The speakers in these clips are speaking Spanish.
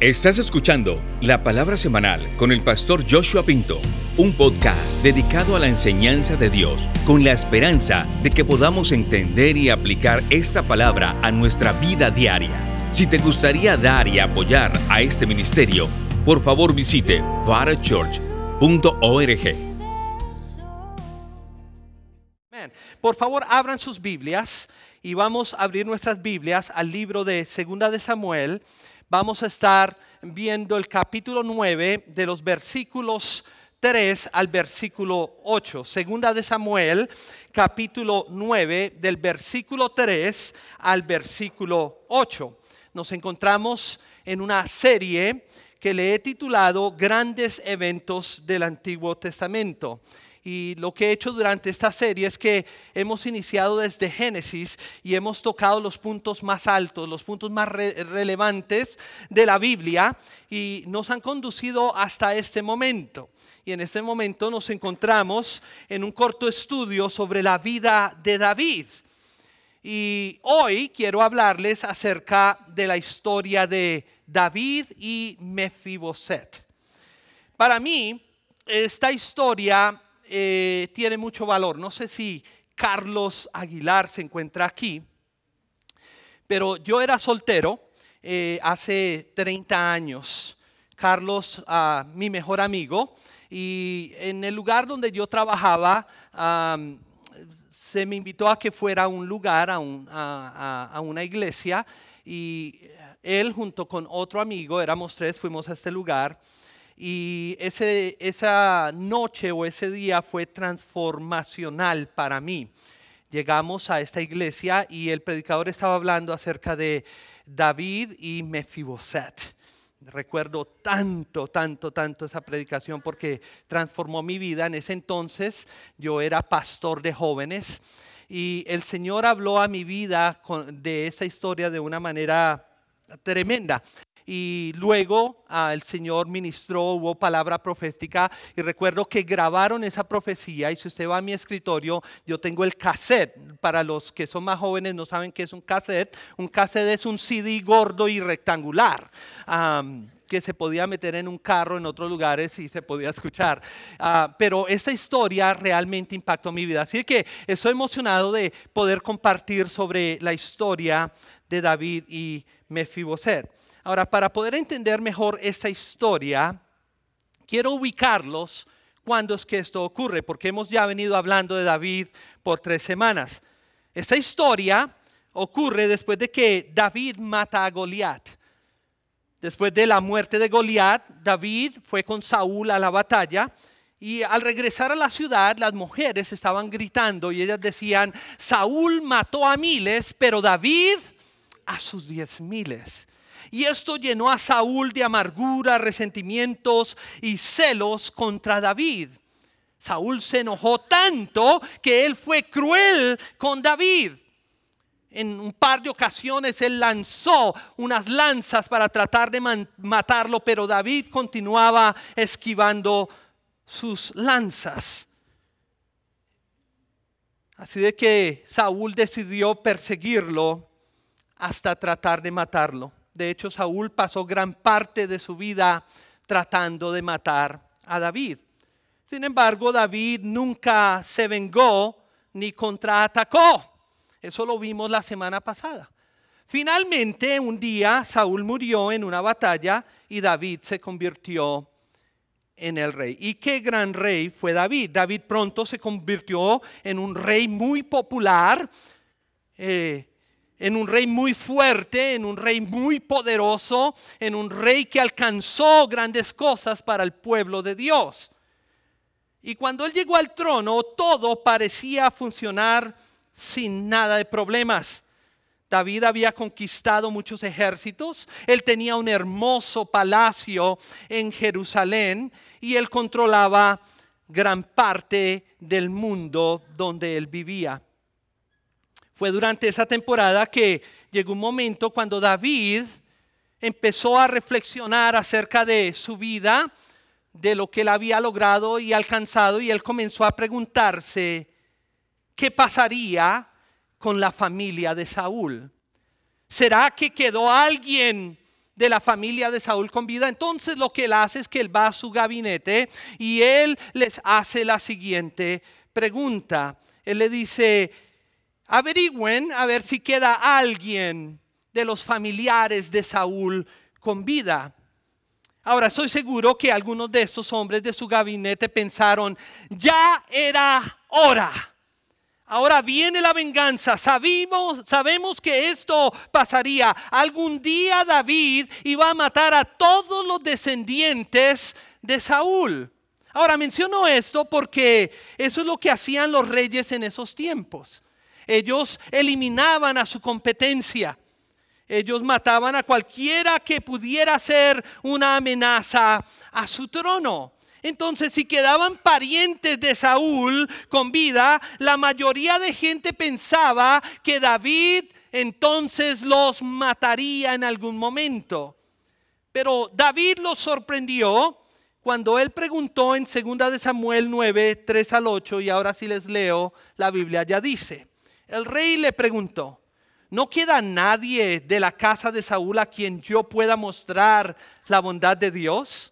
Estás escuchando La Palabra Semanal con el pastor Joshua Pinto, un podcast dedicado a la enseñanza de Dios con la esperanza de que podamos entender y aplicar esta palabra a nuestra vida diaria. Si te gustaría dar y apoyar a este ministerio, por favor visite varachurch.org. Por favor, abran sus Biblias y vamos a abrir nuestras Biblias al libro de Segunda de Samuel. Vamos a estar viendo el capítulo 9 de los versículos 3 al versículo 8. Segunda de Samuel, capítulo 9, del versículo 3 al versículo 8. Nos encontramos en una serie que le he titulado Grandes Eventos del Antiguo Testamento. Y lo que he hecho durante esta serie es que hemos iniciado desde Génesis y hemos tocado los puntos más altos, los puntos más relevantes de la Biblia y nos han conducido hasta este momento. Y en este momento nos encontramos en un corto estudio sobre la vida de David. Y hoy quiero hablarles acerca de la historia de David y Mefiboset. Para mí, esta historia tiene mucho valor. No sé si Carlos Aguilar se encuentra aquí, pero yo era soltero hace 30 años. Carlos, mi mejor amigo, y en el lugar donde yo trabajaba, se me invitó a que fuera a un lugar, a una iglesia, y él junto con otro amigo, éramos tres, fuimos a este lugar. Y esa noche o ese día fue transformacional para mí. Llegamos a esta iglesia y el predicador estaba hablando acerca de David y Mefiboset. Recuerdo tanto esa predicación porque transformó mi vida. En ese entonces yo era pastor de jóvenes y el Señor habló a mi vida de esa historia de una manera tremenda. Y luego el Señor ministró, hubo palabra profética y recuerdo que grabaron esa profecía y si usted va a mi escritorio yo tengo el cassette. Para los que son más jóvenes no saben qué es un cassette es un CD gordo y rectangular que se podía meter en un carro en otros lugares y se podía escuchar. Pero esa historia realmente impactó mi vida, así que estoy emocionado de poder compartir sobre la historia de David y Mefiboset. Ahora, para poder entender mejor esta historia, quiero ubicarlos cuando es que esto ocurre, porque hemos ya venido hablando de David por 3 semanas. Esta historia ocurre después de que David mata a Goliat. Después de la muerte de Goliat, David fue con Saúl a la batalla y al regresar a la ciudad, las mujeres estaban gritando y ellas decían, Saúl mató a miles, pero David a sus 10,000. Y esto llenó a Saúl de amargura, resentimientos y celos contra David. Saúl se enojó tanto que él fue cruel con David. En un par de ocasiones él lanzó unas lanzas para tratar de matarlo, pero David continuaba esquivando sus lanzas. Así de que Saúl decidió perseguirlo hasta tratar de matarlo. De hecho, Saúl pasó gran parte de su vida tratando de matar a David. Sin embargo, David nunca se vengó ni contraatacó. Eso lo vimos la semana pasada. Finalmente, un día, Saúl murió en una batalla y David se convirtió en el rey. ¿Y qué gran rey fue David? David pronto se convirtió en un rey muy popular, en un rey muy fuerte, en un rey muy poderoso, en un rey que alcanzó grandes cosas para el pueblo de Dios. Y cuando él llegó al trono, todo parecía funcionar sin nada de problemas. David había conquistado muchos ejércitos, él tenía un hermoso palacio en Jerusalén y él controlaba gran parte del mundo donde él vivía. Fue durante esa temporada que llegó un momento cuando David empezó a reflexionar acerca de su vida, de lo que él había logrado y alcanzado, y él comenzó a preguntarse qué pasaría con la familia de Saúl. ¿Será que quedó alguien de la familia de Saúl con vida. Entonces lo que él hace es que él va a su gabinete y él les hace la siguiente pregunta. Él le dice: averigüen a ver si queda alguien de los familiares de Saúl con vida. Ahora, estoy seguro que algunos de estos hombres de su gabinete pensaron: ya era hora. Ahora viene la venganza. Sabemos que esto pasaría. Algún día David iba a matar a todos los descendientes de Saúl. Ahora menciono esto porque eso es lo que hacían los reyes en esos tiempos. Ellos eliminaban a su competencia. Ellos mataban a cualquiera que pudiera ser una amenaza a su trono. Entonces, si quedaban parientes de Saúl con vida, la mayoría de gente pensaba que David entonces los mataría en algún momento. Pero David los sorprendió cuando él preguntó en 2 de Samuel 9, 3 al 8, y ahora sí les leo, la Biblia ya dice. El rey le preguntó: ¿no queda nadie de la casa de Saúl a quien yo pueda mostrar la bondad de Dios?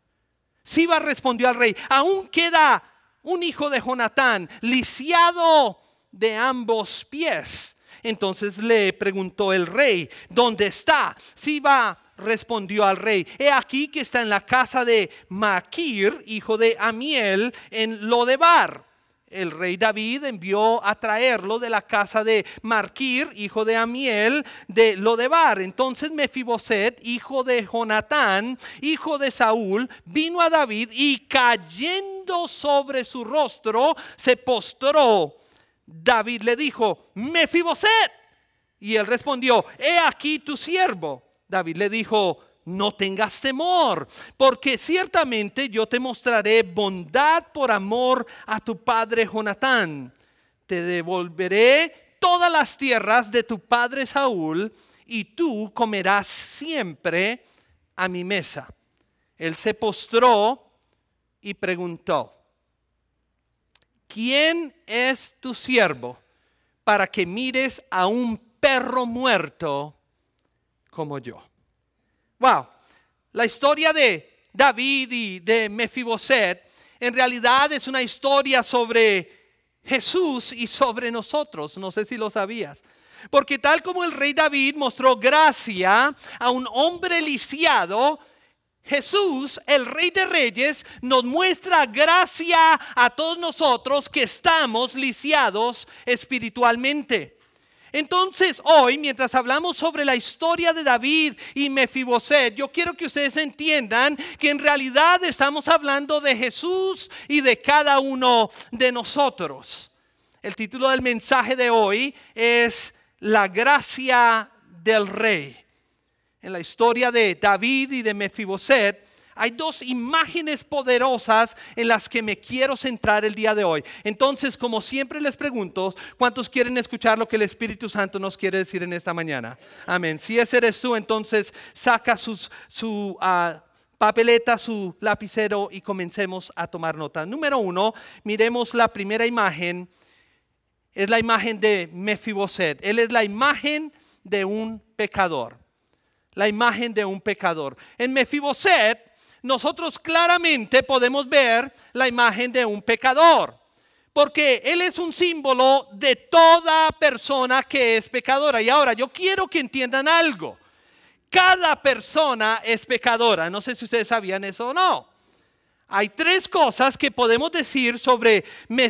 Siba respondió al rey: aún queda un hijo de Jonatán, lisiado de ambos pies. Entonces le preguntó el rey: ¿dónde está? Siba respondió al rey: he aquí que está en la casa de Maquir, hijo de Amiel, en Lodebar. El rey David envió a traerlo de la casa de Maquir, hijo de Amiel, de Lodebar. Entonces Mefiboset, hijo de Jonatán, hijo de Saúl, vino a David y cayendo sobre su rostro se postró. David le dijo: Mefiboset. Y él respondió: he aquí tu siervo. David le dijo: no tengas temor, porque ciertamente yo te mostraré bondad por amor a tu padre Jonatán. Te devolveré todas las tierras de tu padre Saúl, y tú comerás siempre a mi mesa. Él se postró y preguntó: ¿quién es tu siervo para que mires a un perro muerto como yo? Wow, la historia de David y de Mefiboset en realidad es una historia sobre Jesús y sobre nosotros. No sé si lo sabías. Porque tal como el rey David mostró gracia a un hombre lisiado, Jesús, el Rey de Reyes, nos muestra gracia a todos nosotros que estamos lisiados espiritualmente. Entonces hoy, mientras hablamos sobre la historia de David y Mefiboset, yo quiero que ustedes entiendan que en realidad estamos hablando de Jesús y de cada uno de nosotros. El título del mensaje de hoy es La gracia del Rey. En la historia de David y de Mefiboset hay dos imágenes poderosas en las que me quiero centrar el día de hoy. Entonces, como siempre les pregunto, ¿cuántos quieren escuchar lo que el Espíritu Santo nos quiere decir en esta mañana? Amén. Si ese eres tú, entonces saca su papeleta, su lapicero y comencemos a tomar nota. Número 1, miremos la primera imagen. Es la imagen de Mefiboset. Él es la imagen de un pecador. La imagen de un pecador. En Mefiboset nosotros claramente podemos ver la imagen de un pecador, porque él es un símbolo de toda persona que es pecadora. Y ahora yo quiero que entiendan algo: cada persona es pecadora. No sé si ustedes sabían eso o no. Hay tres cosas que podemos decir sobre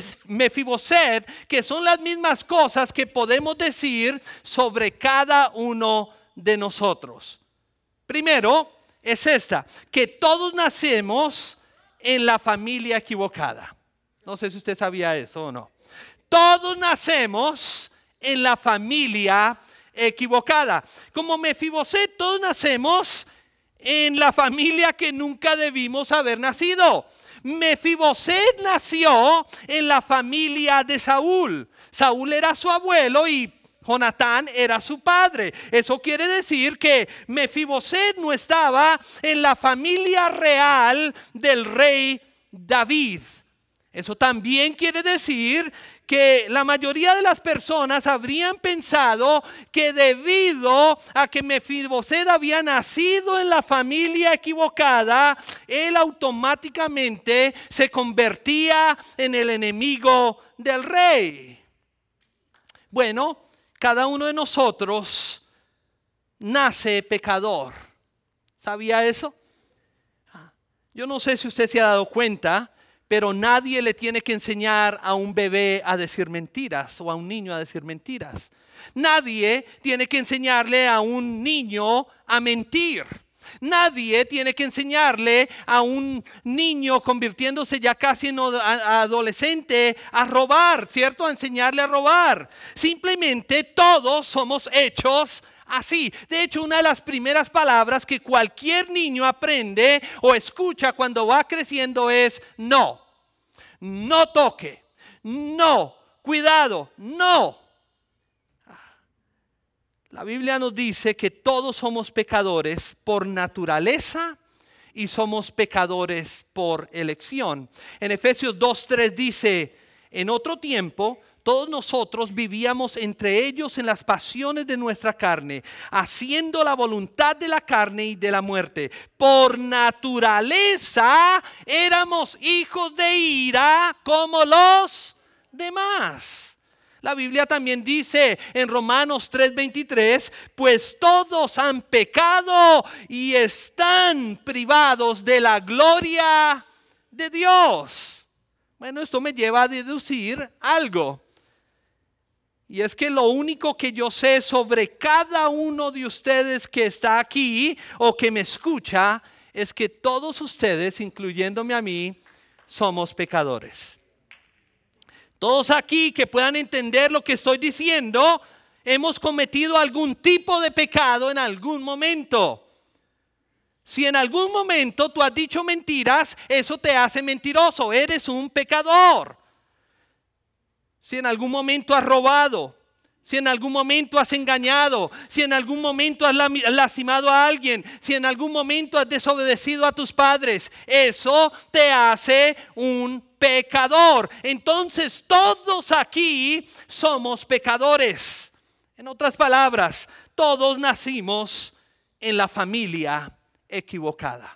Mefiboset que son las mismas cosas que podemos decir sobre cada uno de nosotros. Primero es esta: que todos nacemos en la familia equivocada. No sé si usted sabía eso o no. Todos nacemos en la familia equivocada. Como Mefiboset, todos nacemos en la familia que nunca debimos haber nacido. Mefiboset nació en la familia de Saúl. Saúl era su abuelo y Jonatán era su padre. Eso quiere decir que Mefiboset no estaba en la familia real del rey David. Eso también quiere decir que la mayoría de las personas habrían pensado que debido a que Mefiboset había nacido en la familia equivocada, él automáticamente se convertía en el enemigo del rey. Bueno, cada uno de nosotros nace pecador. ¿Sabía eso? Yo no sé si usted se ha dado cuenta, pero nadie le tiene que enseñar a un bebé a decir mentiras o a un niño a decir mentiras. Nadie tiene que enseñarle a un niño a mentir. Nadie tiene que enseñarle a un niño convirtiéndose ya casi en adolescente a robar, ¿cierto? A enseñarle a robar. Simplemente todos somos hechos así. De hecho, una de las primeras palabras que cualquier niño aprende o escucha cuando va creciendo es no. No toque. No. Cuidado. No. La Biblia nos dice que todos somos pecadores por naturaleza y somos pecadores por elección. En Efesios 2:3 dice, en otro tiempo todos nosotros vivíamos entre ellos en las pasiones de nuestra carne, haciendo la voluntad de la carne y de la muerte. Por naturaleza éramos hijos de ira como los demás. La Biblia también dice en Romanos 3:23, pues todos han pecado y están privados de la gloria de Dios. Bueno, esto me lleva a deducir algo. Y es que lo único que yo sé sobre cada uno de ustedes que está aquí o que me escucha es que todos ustedes, incluyéndome a mí, somos pecadores. Todos aquí que puedan entender lo que estoy diciendo, hemos cometido algún tipo de pecado en algún momento. Si en algún momento tú has dicho mentiras, eso te hace mentiroso, eres un pecador. Si en algún momento has robado, si en algún momento has engañado, si en algún momento has lastimado a alguien, si en algún momento has desobedecido a tus padres, eso te hace un pecador. Entonces todos aquí somos pecadores. En otras palabras, todos nacimos en la familia equivocada.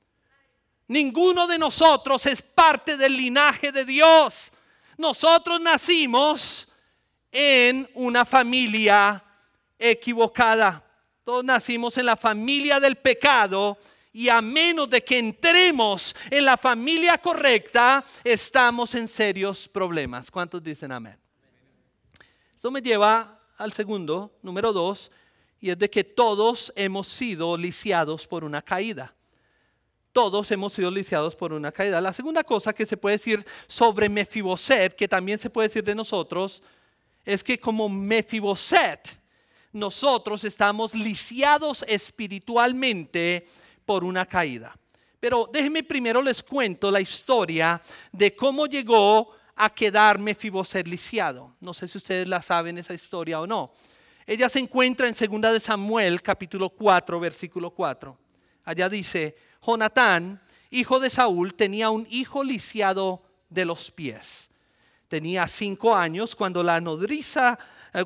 Ninguno de nosotros es parte del linaje de Dios. Nosotros nacimos en una familia equivocada. Todos nacimos en la familia del pecado y a menos de que entremos en la familia correcta, estamos en serios problemas. ¿Cuántos dicen amén? Esto me lleva al segundo, número 2, y es de que todos hemos sido lisiados por una caída. Todos hemos sido lisiados por una caída. La segunda cosa que se puede decir sobre Mefiboset, que también se puede decir de nosotros, es que como Mefiboset, nosotros estamos lisiados espiritualmente por una caída. Pero déjenme primero les cuento la historia de cómo llegó a quedar Mefiboset lisiado. No sé si ustedes la saben esa historia o no. Ella se encuentra en 2 de Samuel, capítulo 4, versículo 4. Allá dice, Jonatán, hijo de Saúl, tenía un hijo lisiado de los pies. Tenía 5 años cuando la noticia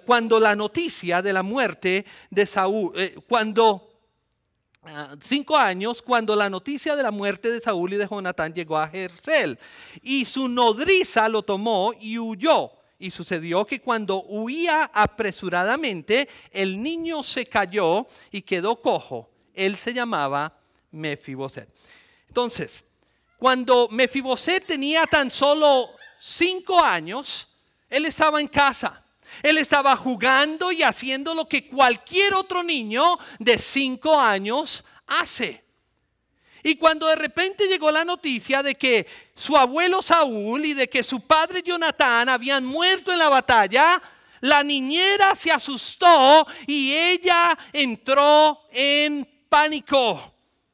de la muerte de Saúl, 5 años cuando la noticia de la muerte de Saúl y de Jonatán llegó a Jezreel. Y su nodriza lo tomó y huyó. Y sucedió que cuando huía apresuradamente, el niño se cayó y quedó cojo. Él se llamaba Mefiboset. Entonces, cuando Mefiboset tenía tan solo 5 años, él estaba en casa. Él estaba jugando y haciendo lo que cualquier otro niño de 5 años hace. Y cuando de repente llegó la noticia de que su abuelo Saúl y de que su padre Jonatán habían muerto en la batalla, la niñera se asustó y ella entró en pánico.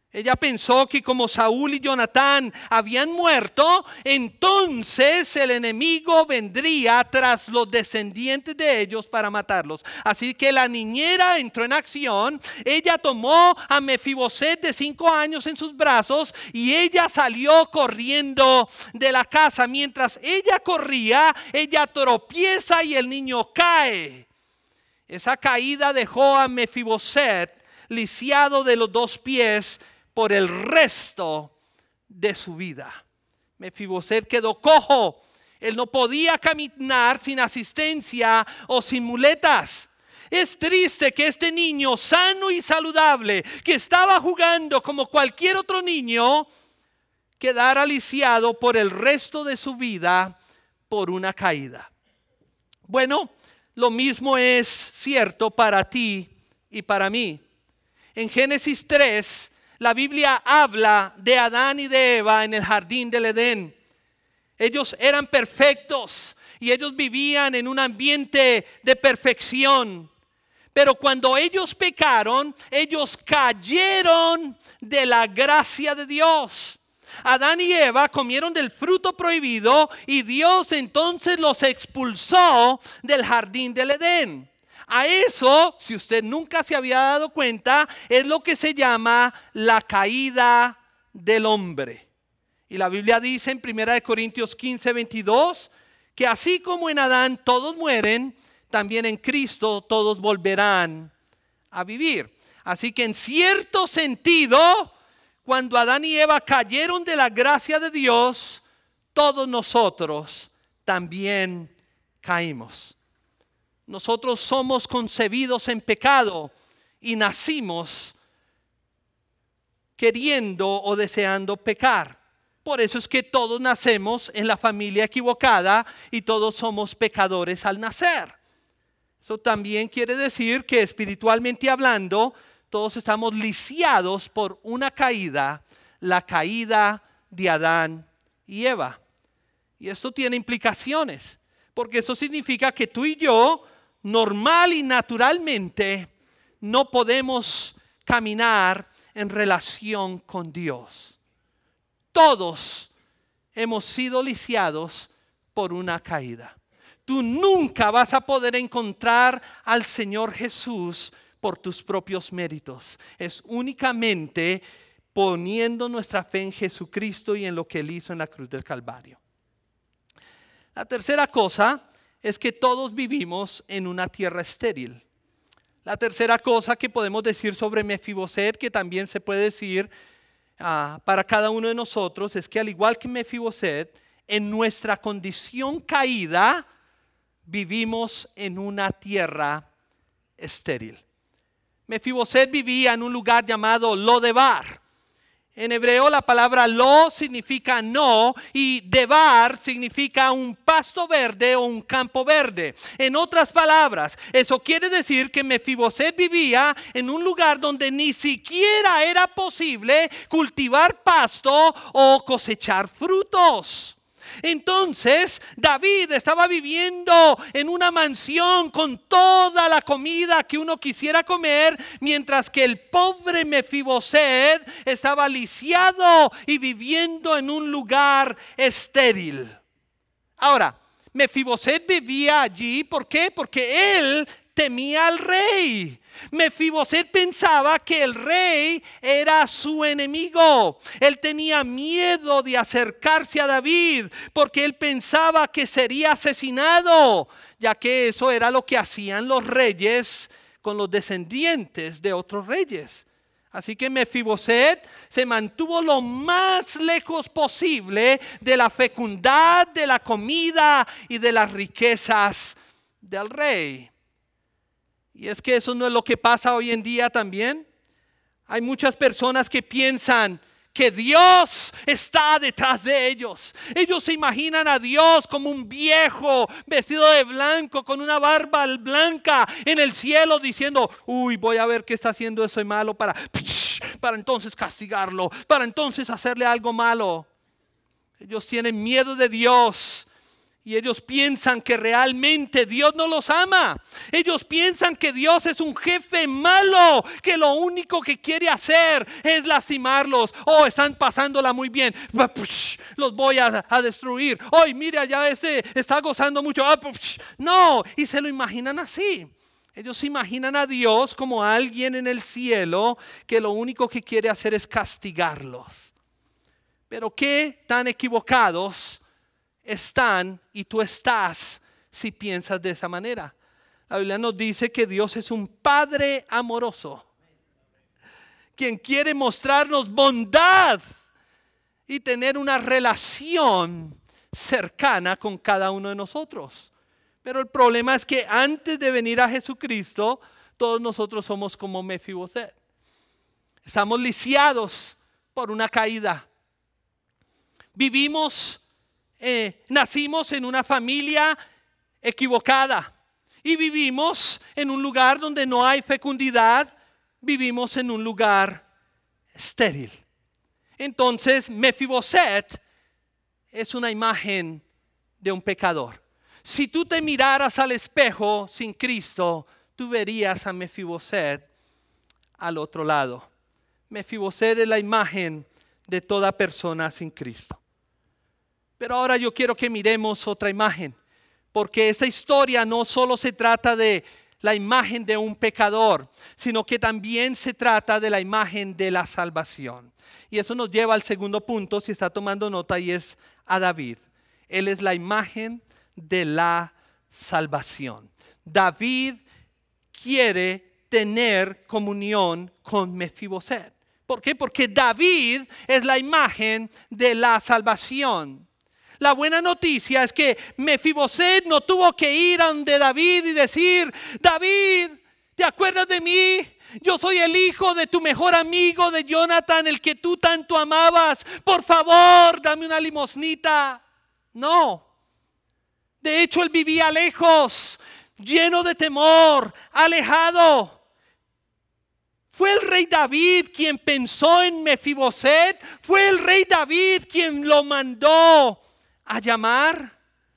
Ella pensó que como Saúl y Jonatán habían muerto, entonces el enemigo vendría tras los descendientes de ellos para matarlos. Así que la niñera entró en acción. Ella tomó a Mefiboset de 5 años en sus brazos y ella salió corriendo de la casa. Mientras ella corría, ella tropieza y el niño cae. Esa caída dejó a Mefiboset lisiado de los 2 pies por el resto de su vida. Mefiboset quedó cojo. Él no podía caminar sin asistencia o sin muletas. Es triste que este niño sano y saludable, que estaba jugando como cualquier otro niño, quedara lisiado por el resto de su vida por una caída. Bueno, lo mismo es cierto para ti y para mí. En Génesis 3, la Biblia habla de Adán y de Eva en el jardín del Edén. Ellos eran perfectos y ellos vivían en un ambiente de perfección. Pero cuando ellos pecaron, ellos cayeron de la gracia de Dios. Adán y Eva comieron del fruto prohibido y Dios entonces los expulsó del jardín del Edén. A eso, si usted nunca se había dado cuenta, es lo que se llama la caída del hombre. Y la Biblia dice en 1 Corintios 15, 22, que así como en Adán todos mueren, también en Cristo todos volverán a vivir. Así que en cierto sentido, cuando Adán y Eva cayeron de la gracia de Dios, todos nosotros también caímos. Nosotros somos concebidos en pecado y nacimos queriendo o deseando pecar. Por eso es que todos nacemos en la familia equivocada y todos somos pecadores al nacer. Eso también quiere decir que espiritualmente hablando, todos estamos lisiados por una caída, la caída de Adán y Eva. Y esto tiene implicaciones, porque eso significa que tú y yo, normal y naturalmente, no podemos caminar en relación con Dios. Todos hemos sido lisiados por una caída. Tú nunca vas a poder encontrar al Señor Jesús por tus propios méritos. Es únicamente poniendo nuestra fe en Jesucristo y en lo que Él hizo en la cruz del Calvario. La tercera cosa es que todos vivimos en una tierra estéril. La tercera cosa que podemos decir sobre Mefiboset, que también se puede decir para cada uno de nosotros, es que al igual que Mefiboset, en nuestra condición caída, vivimos en una tierra estéril. Mefiboset vivía en un lugar llamado Lodebar. En hebreo la palabra lo significa no y debar significa un pasto verde o un campo verde. En otras palabras, eso quiere decir que Mefiboset vivía en un lugar donde ni siquiera era posible cultivar pasto o cosechar frutos. Entonces David estaba viviendo en una mansión con toda la comida que uno quisiera comer, mientras que el pobre Mefiboset estaba lisiado y viviendo en un lugar estéril. Ahora, Mefiboset vivía allí, ¿por qué? Porque él temía al rey. Mefiboset pensaba que el rey era su enemigo. Él tenía miedo de acercarse a David porque él pensaba que sería asesinado, ya que eso era lo que hacían los reyes con los descendientes de otros reyes. Así que Mefiboset se mantuvo lo más lejos posible de la fecundad, de la comida y de las riquezas del rey. Y es que eso no es lo que pasa hoy en día también. Hay muchas personas que piensan que Dios está detrás de ellos. Ellos se imaginan a Dios como un viejo vestido de blanco con una barba blanca en el cielo diciendo, uy, voy a ver qué está haciendo eso malo para entonces castigarlo, para entonces hacerle algo malo. Ellos tienen miedo de Dios Y ellos piensan que realmente Dios no los ama. Ellos piensan que Dios es un jefe malo, que lo único que quiere hacer es lastimarlos. Oh, están pasándola muy bien. Los voy a destruir. Oh, mira, ya está gozando mucho. No, y se lo imaginan así. Ellos se imaginan a Dios como alguien en el cielo que lo único que quiere hacer es castigarlos. Pero qué tan equivocados están y tú estás si piensas de esa manera. La Biblia nos dice que Dios es un Padre amoroso, quien quiere mostrarnos bondad y tener una relación cercana con cada uno de nosotros. Pero el problema es que antes de venir a Jesucristo, todos nosotros somos como Mefiboset. Estamos lisiados por una caída. Nacimos en una familia equivocada y vivimos en un lugar donde no hay fecundidad, vivimos en un lugar estéril. Entonces, Mefiboset es una imagen de un pecador. Si tú te miraras al espejo sin Cristo, tú verías a Mefiboset al otro lado. Mefiboset es la imagen de toda persona sin Cristo. Pero ahora yo quiero que miremos otra imagen, porque esta historia no solo se trata de la imagen de un pecador, sino que también se trata de la imagen de la salvación. Y eso nos lleva al segundo punto, si está tomando nota, y es a David. Él es la imagen de la salvación. David quiere tener comunión con Mefiboset. ¿Por qué? Porque David es la imagen de la salvación. La buena noticia es que Mefiboset no tuvo que ir a donde David y decir: David, ¿te acuerdas de mí? Yo soy el hijo de tu mejor amigo, de Jonathan, el que tú tanto amabas. Por favor, dame una limosnita. No. De hecho, él vivía lejos, lleno de temor, alejado. ¿Fue el rey David quien pensó en Mefiboset? ¿Fue el rey David quien lo mandó a llamar?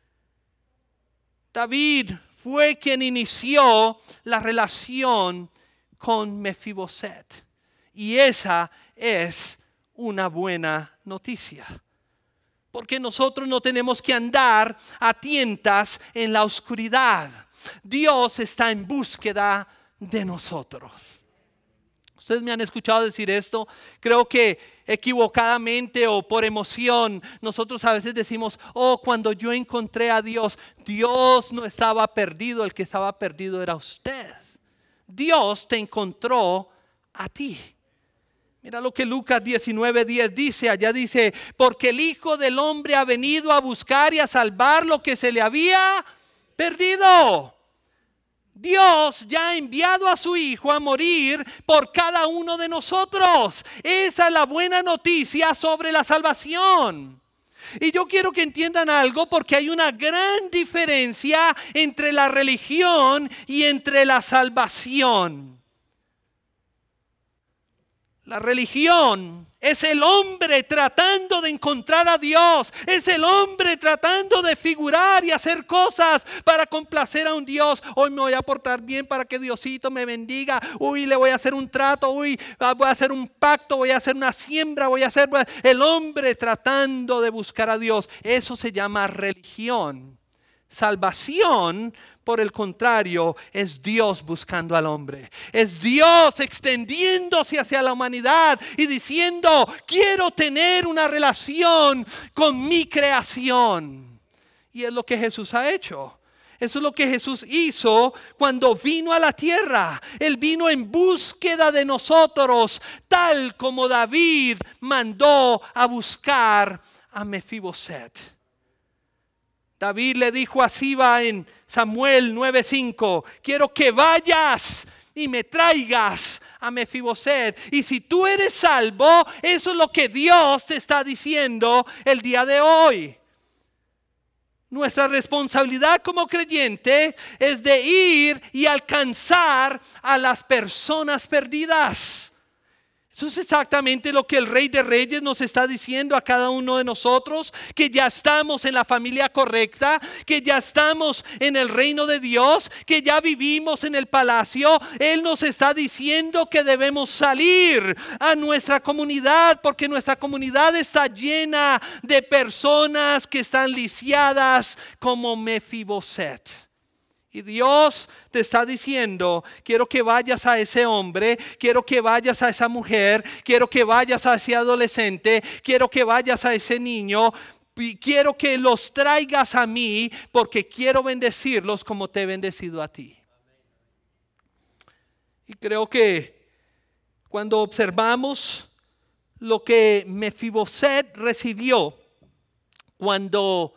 David fue quien inició la relación con Mefiboset. Y esa es una buena noticia. Porque nosotros no tenemos que andar a tientas en la oscuridad. Dios está en búsqueda de nosotros. Ustedes me han escuchado decir esto. Creo que equivocadamente o por emoción nosotros a veces decimos: oh, cuando yo encontré a Dios, Dios no estaba perdido, el que estaba perdido era usted. Dios te encontró a ti. Mira lo que Lucas 19:10 dice. Allá dice: porque el Hijo del Hombre ha venido a buscar y a salvar lo que se le había perdido. Dios ya ha enviado a su Hijo a morir por cada uno de nosotros. Esa es la buena noticia sobre la salvación. Y yo quiero que entiendan algo, porque hay una gran diferencia entre la religión y entre la salvación. La religión es el hombre tratando de encontrar a Dios. Es el hombre tratando de figurar y hacer cosas para complacer a un Dios. Hoy me voy a portar bien para que Diosito me bendiga. Uy, le voy a hacer un trato. Uy, voy a hacer un pacto. Voy a hacer una siembra. El hombre tratando de buscar a Dios. Eso se llama religión. Salvación, por el contrario, es Dios buscando al hombre. Es Dios extendiéndose hacia la humanidad y diciendo: quiero tener una relación con mi creación. Y es lo que Jesús ha hecho. Eso es lo que Jesús hizo cuando vino a la tierra. Él vino en búsqueda de nosotros, tal como David mandó a buscar a Mefiboset. David le dijo a Siba en Samuel 9:5: quiero que vayas y me traigas a Mefiboset. Y si tú eres salvo, eso es lo que Dios te está diciendo el día de hoy. Nuestra responsabilidad como creyente es de ir y alcanzar a las personas perdidas. Eso es exactamente lo que el Rey de Reyes nos está diciendo a cada uno de nosotros, que ya estamos en la familia correcta, que ya estamos en el reino de Dios, que ya vivimos en el palacio. Él nos está diciendo que debemos salir a nuestra comunidad, porque nuestra comunidad está llena de personas que están lisiadas como Mefiboset. Y Dios te está diciendo, quiero que vayas a ese hombre, quiero que vayas a esa mujer, quiero que vayas a ese adolescente, quiero que vayas a ese niño, y quiero que los traigas a mí porque quiero bendecirlos como te he bendecido a ti. Y creo que cuando observamos lo que Mefiboset recibió cuando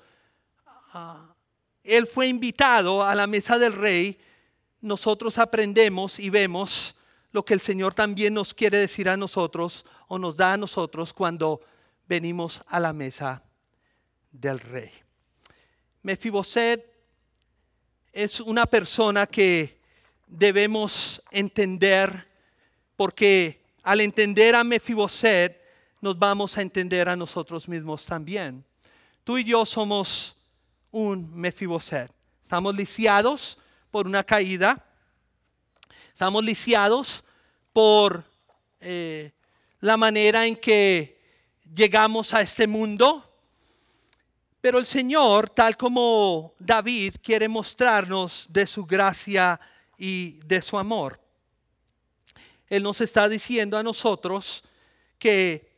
él fue invitado a la mesa del rey, nosotros aprendemos y vemos lo que el Señor también nos quiere decir a nosotros o nos da a nosotros cuando venimos a la mesa del rey. Mefiboset es una persona que debemos entender, porque al entender a Mefiboset nos vamos a entender a nosotros mismos también. Tú y yo somos un Mefiboset. Estamos lisiados por una caída. Estamos lisiados por la manera en que llegamos a este mundo. Pero el Señor, tal como David, quiere mostrarnos de su gracia y de su amor. Él nos está diciendo a nosotros que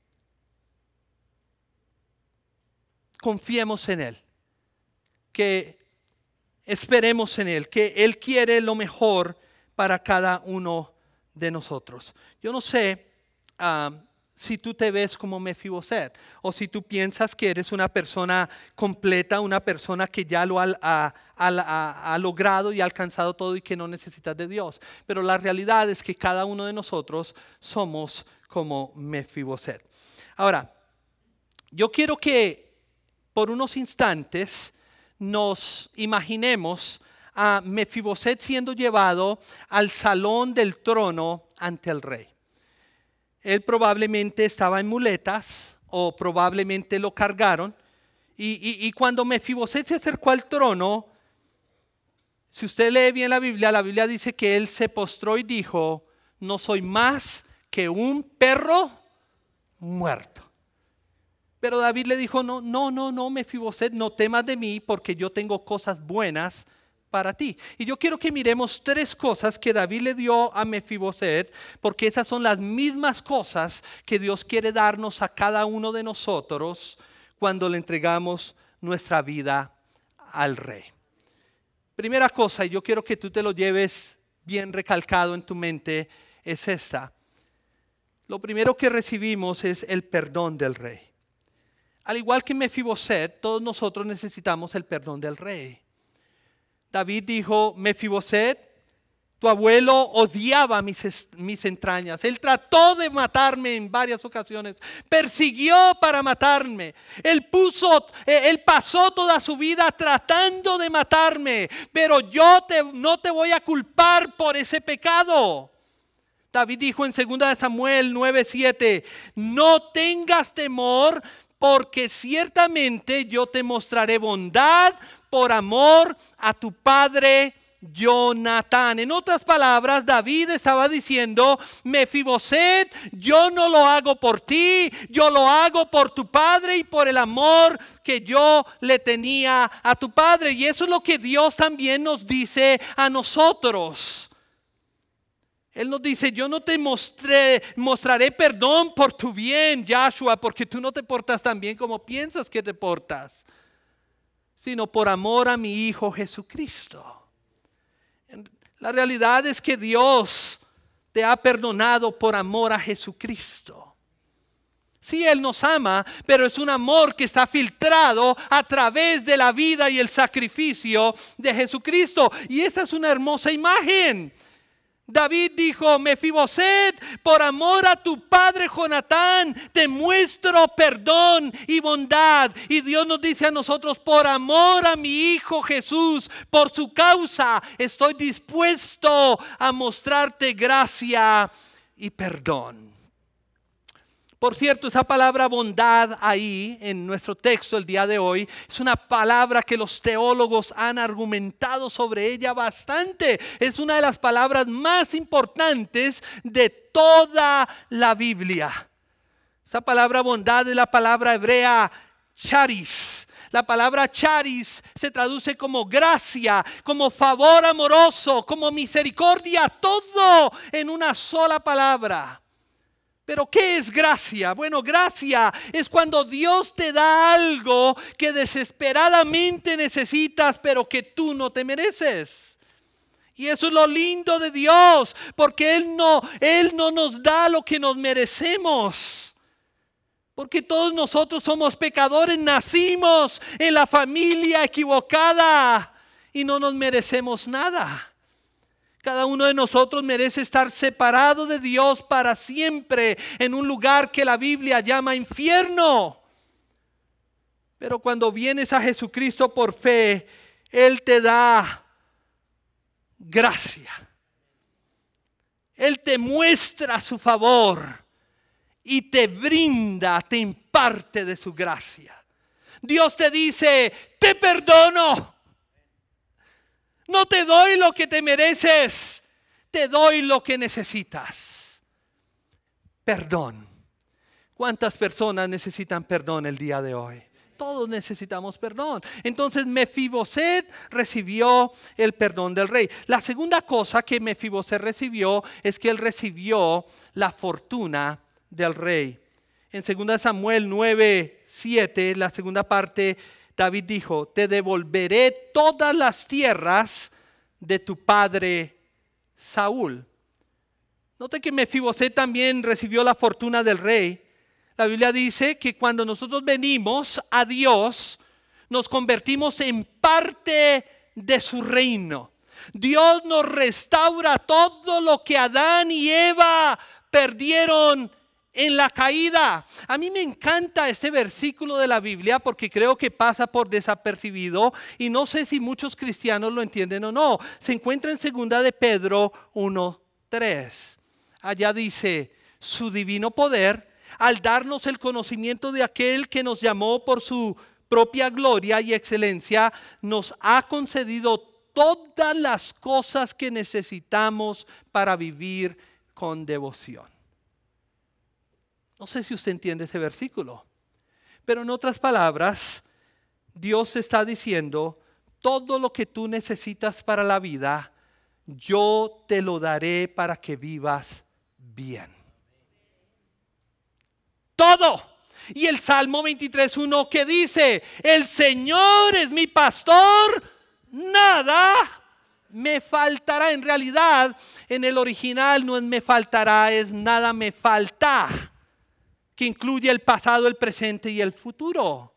confiemos en Él, que esperemos en Él, que Él quiere lo mejor para cada uno de nosotros. Yo no sé si tú te ves como Mefiboset o si tú piensas que eres una persona completa, una persona que ya lo ha logrado y ha alcanzado todo y que no necesitas de Dios. Pero la realidad es que cada uno de nosotros somos como Mefiboset. Ahora, yo quiero que por unos instantes nos imaginemos a Mefiboset siendo llevado al salón del trono ante el rey. Él probablemente estaba en muletas o probablemente lo cargaron. Y cuando Mefiboset se acercó al trono, si usted lee bien la Biblia dice que él se postró y dijo: no soy más que un perro muerto. Pero David le dijo: no, Mefiboset, no temas de mí, porque yo tengo cosas buenas para ti. Y yo quiero que miremos tres cosas que David le dio a Mefiboset, porque esas son las mismas cosas que Dios quiere darnos a cada uno de nosotros cuando le entregamos nuestra vida al rey. Primera cosa, y yo quiero que tú te lo lleves bien recalcado en tu mente, es esta. Lo primero que recibimos es el perdón del rey. Al igual que Mefiboset, todos nosotros necesitamos el perdón del rey. David dijo: Mefiboset, tu abuelo odiaba mis entrañas. Él trató de matarme en varias ocasiones. Persiguió para matarme. Él pasó toda su vida tratando de matarme. Pero yo no te voy a culpar por ese pecado. David dijo en 2 Samuel 9:7: no tengas temor, porque ciertamente yo te mostraré bondad por amor a tu padre Jonatán. En otras palabras, David estaba diciendo: Mefiboset, yo no lo hago por ti, yo lo hago por tu padre y por el amor que yo le tenía a tu padre. Y eso es lo que Dios también nos dice a nosotros. Él nos dice: yo no te mostraré perdón por tu bien, Joshua, porque tú no te portas tan bien como piensas que te portas, sino por amor a mi Hijo Jesucristo. La realidad es que Dios te ha perdonado por amor a Jesucristo. Sí, Él nos ama, pero es un amor que está filtrado a través de la vida y el sacrificio de Jesucristo. Y esa es una hermosa imagen. David dijo: Mefiboset, por amor a tu padre Jonatán, te muestro perdón y bondad. Y Dios nos dice a nosotros: por amor a mi Hijo Jesús, por su causa, estoy dispuesto a mostrarte gracia y perdón. Por cierto, esa palabra bondad ahí en nuestro texto el día de hoy es una palabra que los teólogos han argumentado sobre ella bastante. Es una de las palabras más importantes de toda la Biblia. Esa palabra bondad es la palabra hebrea charis. La palabra charis se traduce como gracia, como favor amoroso, como misericordia, todo en una sola palabra. Pero ¿qué es gracia? Bueno, gracia es cuando Dios te da algo que desesperadamente necesitas, pero que tú no te mereces. Y eso es lo lindo de Dios, porque Él no nos da lo que nos merecemos. Porque todos nosotros somos pecadores, nacimos en la familia equivocada y no nos merecemos nada. Cada uno de nosotros merece estar separado de Dios para siempre en un lugar que la Biblia llama infierno. Pero cuando vienes a Jesucristo por fe, Él te da gracia. Él te muestra su favor y te brinda, te imparte de su gracia. Dios te dice, te perdono. No te doy lo que te mereces, te doy lo que necesitas. Perdón. ¿Cuántas personas necesitan perdón el día de hoy? Todos necesitamos perdón. Entonces Mefiboset recibió el perdón del rey. La segunda cosa que Mefiboset recibió es que él recibió la fortuna del rey. En 2 Samuel 9:7, la segunda parte, David dijo, te devolveré todas las tierras de tu padre Saúl. Note que Mefiboset también recibió la fortuna del rey. La Biblia dice que cuando nosotros venimos a Dios, nos convertimos en parte de su reino. Dios nos restaura todo lo que Adán y Eva perdieron en la caída. A mí me encanta este versículo de la Biblia porque creo que pasa por desapercibido y no sé si muchos cristianos lo entienden o no. Se encuentra en 2 de Pedro 1:3. Allá dice, su divino poder, al darnos el conocimiento de aquel que nos llamó por su propia gloria y excelencia, nos ha concedido todas las cosas que necesitamos para vivir con devoción. No sé si usted entiende ese versículo, pero en otras palabras, Dios está diciendo, todo lo que tú necesitas para la vida, yo te lo daré para que vivas bien. Todo. Y el Salmo 23:1 que dice, el Señor es mi pastor, nada me faltará. En realidad, en el original no es me faltará, es nada me falta, que incluye el pasado, el presente y el futuro.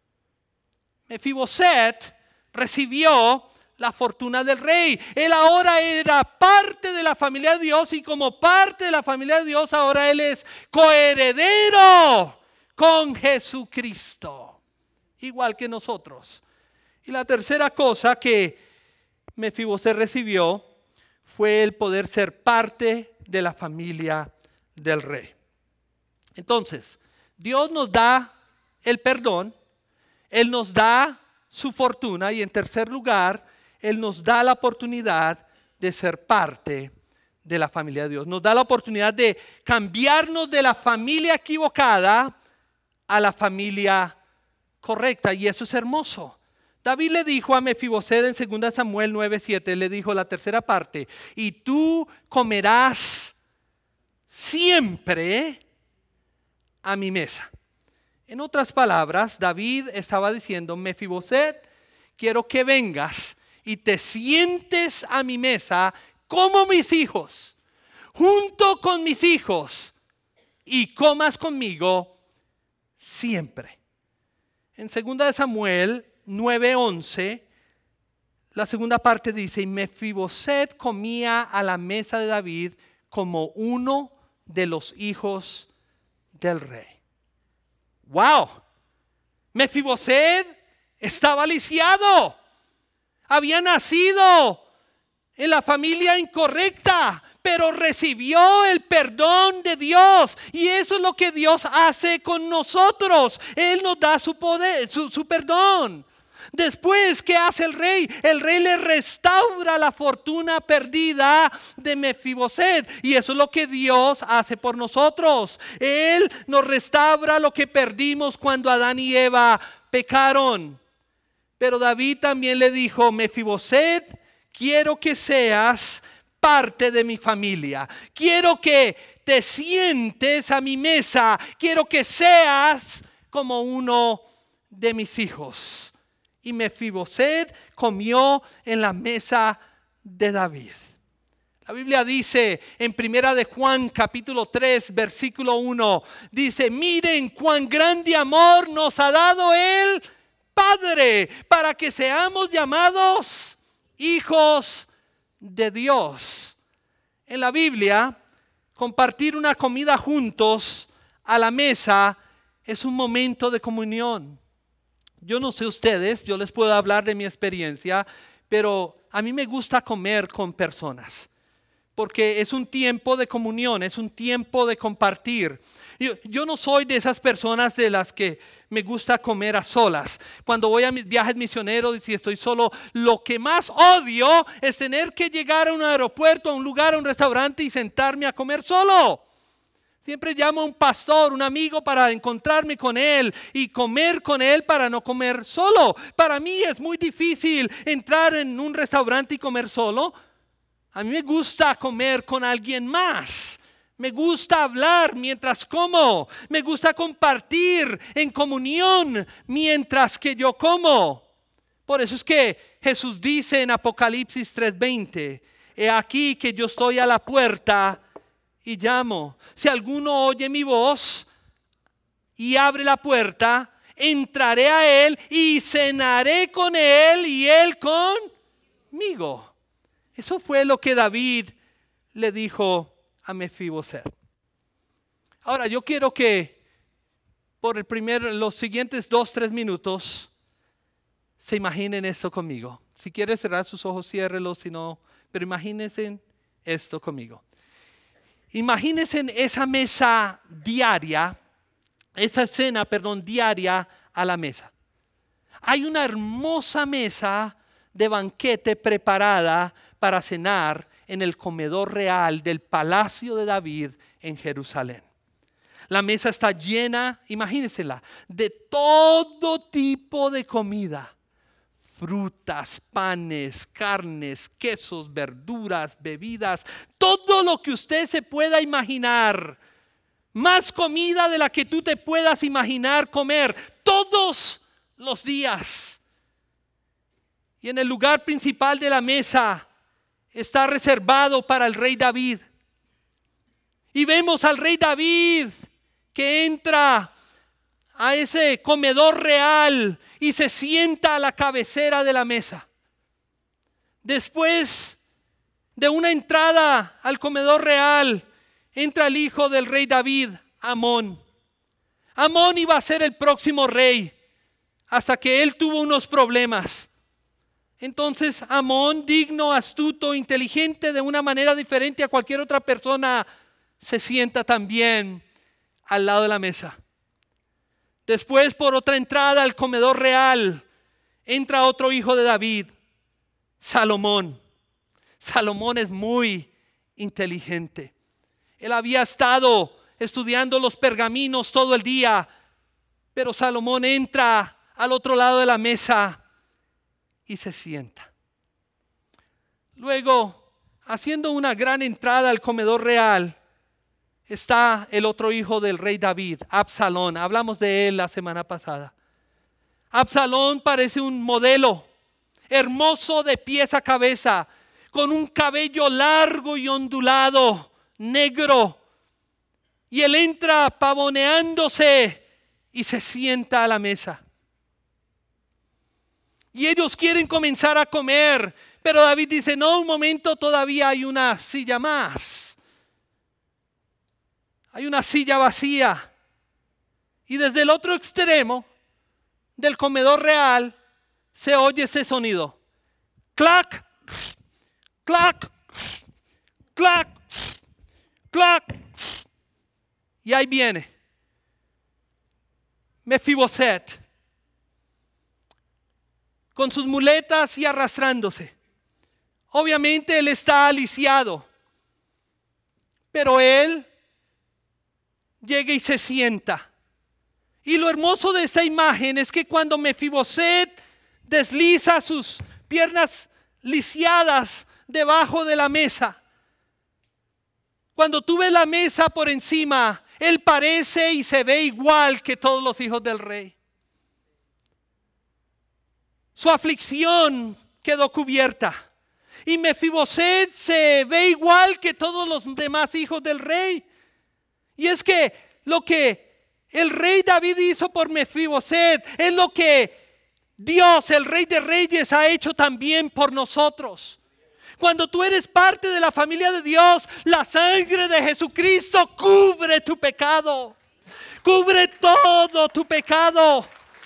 Mefiboset recibió la fortuna del rey. Él ahora era parte de la familia de Dios y como parte de la familia de Dios ahora él es coheredero con Jesucristo, igual que nosotros. Y la tercera cosa que Mefiboset recibió fue el poder ser parte de la familia del rey. Entonces, Dios nos da el perdón, Él nos da su fortuna y en tercer lugar, Él nos da la oportunidad de ser parte de la familia de Dios. Nos da la oportunidad de cambiarnos de la familia equivocada a la familia correcta y eso es hermoso. David le dijo a Mefiboset en 2 Samuel 9:7, le dijo la tercera parte, y tú comerás siempre a mi mesa. En otras palabras, David estaba diciendo, Mefiboset, quiero que vengas y te sientes a mi mesa como mis hijos, junto con mis hijos, y comas conmigo siempre. En 2 Samuel 9:11, la segunda parte dice, y Mefiboset comía a la mesa de David como uno de los hijos del rey. ¡Wow! Mefiboset estaba lisiado. Había nacido en la familia incorrecta, pero recibió el perdón de Dios. Y eso es lo que Dios hace con nosotros. Él nos da su poder, su perdón. Después, ¿qué hace el rey? El rey le restaura la fortuna perdida de Mefiboset. Y eso es lo que Dios hace por nosotros. Él nos restaura lo que perdimos cuando Adán y Eva pecaron. Pero David también le dijo: Mefiboset, quiero que seas parte de mi familia. Quiero que te sientes a mi mesa. Quiero que seas como uno de mis hijos. Y Mefiboset comió en la mesa de David. La Biblia dice en Primera de Juan capítulo 3 versículo 1, dice: miren cuán grande amor nos ha dado el Padre para que seamos llamados hijos de Dios. En la Biblia, compartir una comida juntos a la mesa es un momento de comunión. Yo no sé ustedes, yo les puedo hablar de mi experiencia, pero a mí me gusta comer con personas, porque es un tiempo de comunión, es un tiempo de compartir. Yo no soy de esas personas de las que me gusta comer a solas. Cuando voy a mis viajes misioneros y si estoy solo, lo que más odio es tener que llegar a un aeropuerto, a un lugar, a un restaurante y sentarme a comer solo. Siempre llamo a un pastor, un amigo, para encontrarme con él y comer con él para no comer solo. Para mí es muy difícil entrar en un restaurante y comer solo. A mí me gusta comer con alguien más. Me gusta hablar mientras como. Me gusta compartir en comunión mientras que yo como. Por eso es que Jesús dice en Apocalipsis 3:20: he aquí que yo estoy a la puerta y llamo. Si alguno oye mi voz y abre la puerta, entraré a él y cenaré con él y él conmigo. Eso fue lo que David le dijo a Mefiboset. Ahora yo quiero que por los siguientes 2-3 minutos se imaginen esto conmigo. Si quiere cerrar sus ojos, ciérrelos, si no, pero imagínense esto conmigo. Imagínense esa mesa diaria, esa cena, diaria a la mesa. Hay una hermosa mesa de banquete preparada para cenar en el comedor real del palacio de David en Jerusalén. La mesa está llena, imagínensela, de todo tipo de comida. Frutas, panes, carnes, quesos, verduras, bebidas, todo lo que usted se pueda imaginar. Más comida de la que tú te puedas imaginar comer todos los días. Y en el lugar principal de la mesa está reservado para el rey David. Y vemos al rey David que entra a ese comedor real y se sienta a la cabecera de la mesa. Después de una entrada al comedor real, entra el hijo del rey David, Amón. Amón iba a ser el próximo rey, hasta que él tuvo unos problemas. Entonces Amón, digno, astuto, inteligente, de una manera diferente a cualquier otra persona, se sienta también al lado de la mesa. Después, por otra entrada al comedor real, entra otro hijo de David, Salomón. Salomón es muy inteligente. Él había estado estudiando los pergaminos todo el día, pero Salomón entra al otro lado de la mesa y se sienta. Luego, haciendo una gran entrada al comedor real, está el otro hijo del rey David, Absalón. Hablamos de él la semana pasada. Absalón parece un modelo, hermoso de pies a cabeza, con un cabello largo y ondulado, negro. Y él entra pavoneándose y se sienta a la mesa. Y ellos quieren comenzar a comer, pero David dice: no, un momento, todavía hay una silla más. Hay una silla vacía. Y desde el otro extremo del comedor real se oye ese sonido. Clac, clac, clac, clac. Y ahí viene Mefiboset, con sus muletas y arrastrándose. Obviamente él está lisiado, pero él llega y se sienta. Y lo hermoso de esta imagen es que cuando Mefiboset desliza sus piernas lisiadas debajo de la mesa, cuando tú ves la mesa por encima, él parece y se ve igual que todos los hijos del rey. Su aflicción quedó cubierta. Y Mefiboset se ve igual que todos los demás hijos del rey. Y es que lo que el rey David hizo por Mefiboset es lo que Dios, el Rey de Reyes, ha hecho también por nosotros. Cuando tú eres parte de la familia de Dios, la sangre de Jesucristo cubre tu pecado. Cubre todo tu pecado.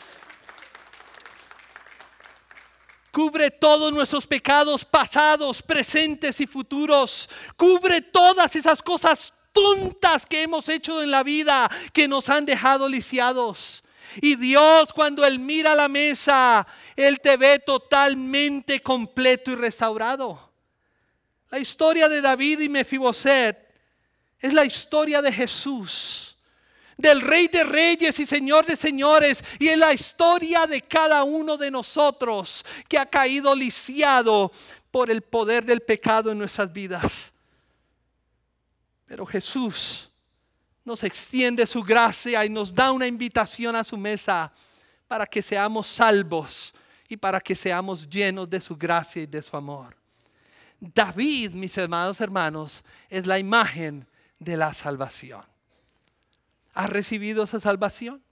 Cubre todos nuestros pecados pasados, presentes y futuros. Cubre todas esas cosas tontas que hemos hecho en la vida que nos han dejado lisiados. Y Dios, cuando Él mira la mesa, Él te ve totalmente completo y restaurado. La historia de David y Mefiboset es la historia de Jesús, del Rey de Reyes y Señor de Señores, y es la historia de cada uno de nosotros que ha caído lisiado por el poder del pecado en nuestras vidas. Pero Jesús nos extiende su gracia y nos da una invitación a su mesa para que seamos salvos y para que seamos llenos de su gracia y de su amor. David, mis hermanos, es la imagen de la salvación. ¿Has recibido esa salvación?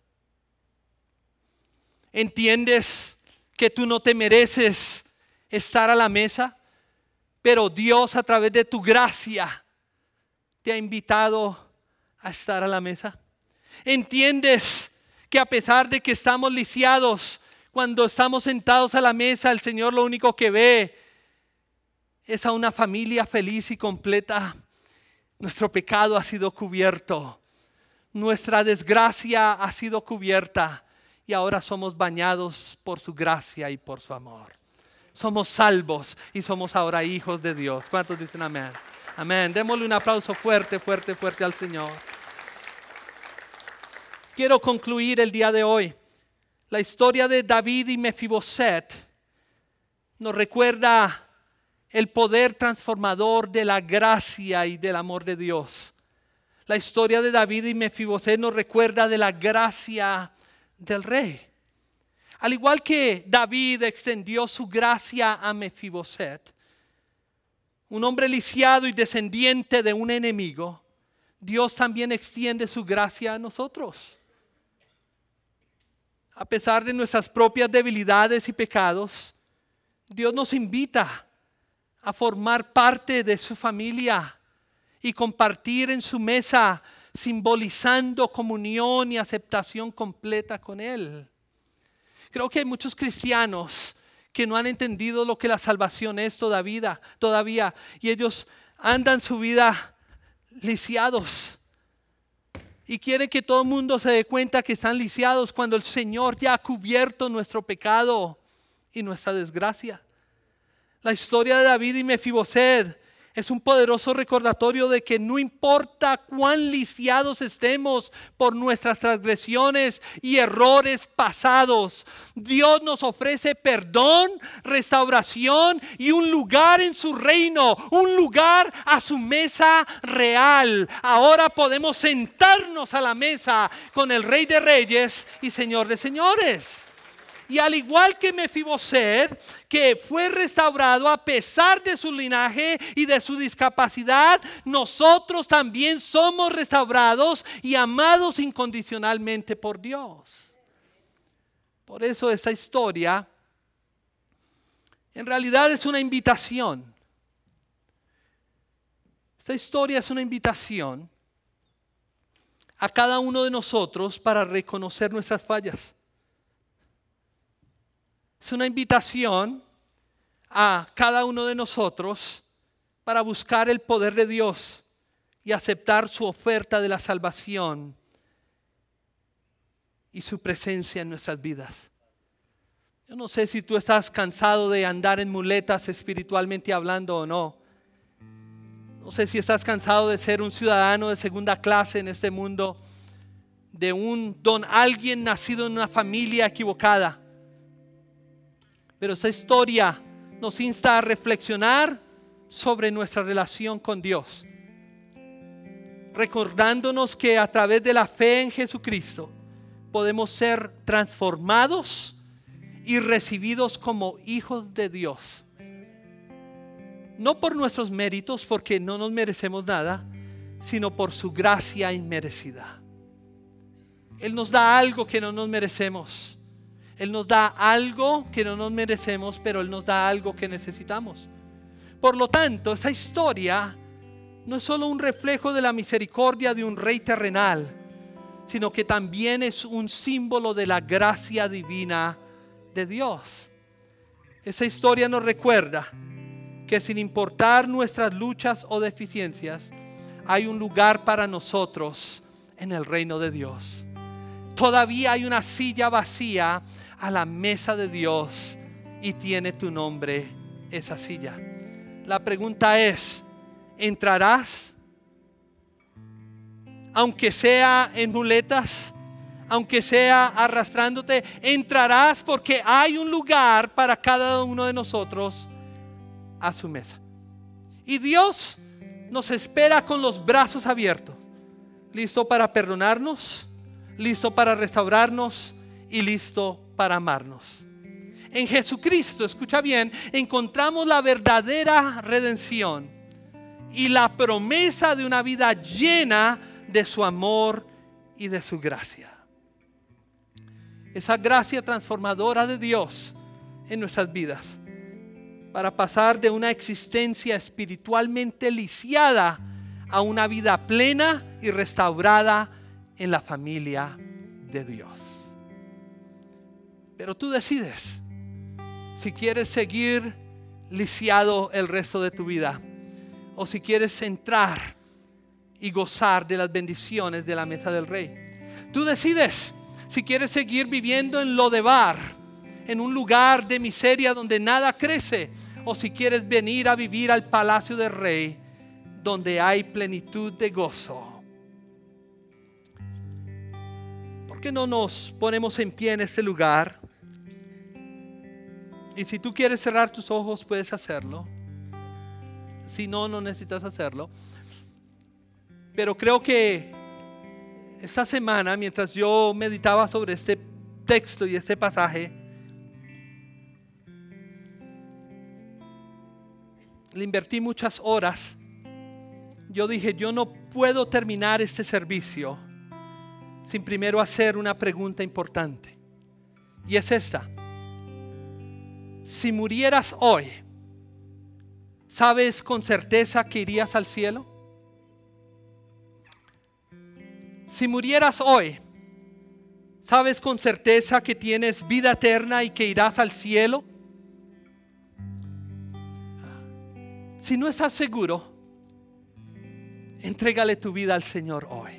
¿Entiendes que tú no te mereces estar a la mesa? Pero Dios, a través de tu gracia, te ha invitado a estar a la mesa. ¿Entiendes que a pesar de que estamos lisiados, cuando estamos sentados a la mesa, el Señor lo único que ve es a una familia feliz y completa? Nuestro pecado ha sido cubierto. Nuestra desgracia ha sido cubierta. Y ahora somos bañados por su gracia y por su amor. Somos salvos y somos ahora hijos de Dios. ¿Cuántos dicen amén? Amén. Démosle un aplauso fuerte, fuerte, fuerte al Señor. Quiero concluir el día de hoy. La historia de David y Mefiboset nos recuerda el poder transformador de la gracia y del amor de Dios. La historia de David y Mefiboset nos recuerda de la gracia del rey. Al igual que David extendió su gracia a Mefiboset, un hombre lisiado y descendiente de un enemigo, Dios también extiende su gracia a nosotros. A pesar de nuestras propias debilidades y pecados, Dios nos invita a formar parte de su familia y compartir en su mesa, simbolizando comunión y aceptación completa con Él. Creo que hay muchos cristianos que no han entendido lo que la salvación es todavía, y ellos andan su vida lisiados y quieren que todo el mundo se dé cuenta que están lisiados cuando el Señor ya ha cubierto nuestro pecado y nuestra desgracia. La historia de David y Mefiboset es un poderoso recordatorio de que no importa cuán lisiados estemos por nuestras transgresiones y errores pasados, Dios nos ofrece perdón, restauración y un lugar en su reino, un lugar a su mesa real. Ahora podemos sentarnos a la mesa con el Rey de Reyes y Señor de Señores. Y al igual que Mefiboset, que fue restaurado a pesar de su linaje y de su discapacidad, nosotros también somos restaurados y amados incondicionalmente por Dios. Por eso esta historia en realidad es una invitación. Esta historia es una invitación a cada uno de nosotros para reconocer nuestras fallas. Es una invitación a cada uno de nosotros para buscar el poder de Dios y aceptar su oferta de la salvación y su presencia en nuestras vidas. Yo no sé si tú estás cansado de andar en muletas espiritualmente hablando o no. No sé si estás cansado de ser un ciudadano de segunda clase en este mundo, de alguien nacido en una familia equivocada. Pero esta historia nos insta a reflexionar sobre nuestra relación con Dios, recordándonos que a través de la fe en Jesucristo podemos ser transformados y recibidos como hijos de Dios. No por nuestros méritos, porque no nos merecemos nada, sino por su gracia inmerecida. Él nos da algo que no nos merecemos. Él nos da algo que no nos merecemos, pero Él nos da algo que necesitamos. Por lo tanto, esa historia no es solo un reflejo de la misericordia de un rey terrenal, sino que también es un símbolo de la gracia divina de Dios. Esa historia nos recuerda que sin importar nuestras luchas o deficiencias, hay un lugar para nosotros en el reino de Dios. Todavía hay una silla vacía a la mesa de Dios y tiene tu nombre esa silla. La pregunta es, ¿entrarás? Aunque sea en muletas, aunque sea arrastrándote, entrarás porque hay un lugar para cada uno de nosotros a su mesa. Y Dios nos espera con los brazos abiertos, listo para perdonarnos, listo para restaurarnos y listo para amarnos. En Jesucristo, escucha bien, encontramos la verdadera redención y la promesa de una vida llena de su amor y de su gracia. Esa gracia transformadora de Dios en nuestras vidas, para pasar de una existencia espiritualmente lisiada a una vida plena y restaurada en la familia de Dios. Pero tú decides si quieres seguir lisiado el resto de tu vida o si quieres entrar y gozar de las bendiciones de la mesa del Rey. Tú decides si quieres seguir viviendo en Lodebar, en un lugar de miseria donde nada crece, o si quieres venir a vivir al palacio del Rey, donde hay plenitud de gozo. ¿Por qué no nos ponemos en pie en este lugar? Y si tú quieres cerrar tus ojos, puedes hacerlo. Si no, no necesitas hacerlo. Pero creo que esta semana, mientras yo meditaba sobre este texto y este pasaje, le invertí muchas horas. Yo dije, yo no puedo terminar este servicio sin primero hacer una pregunta importante. Y es esta: si murieras hoy, ¿sabes con certeza que irías al cielo? Si murieras hoy, ¿sabes con certeza que tienes vida eterna y que irás al cielo? Si no estás seguro, entrégale tu vida al Señor hoy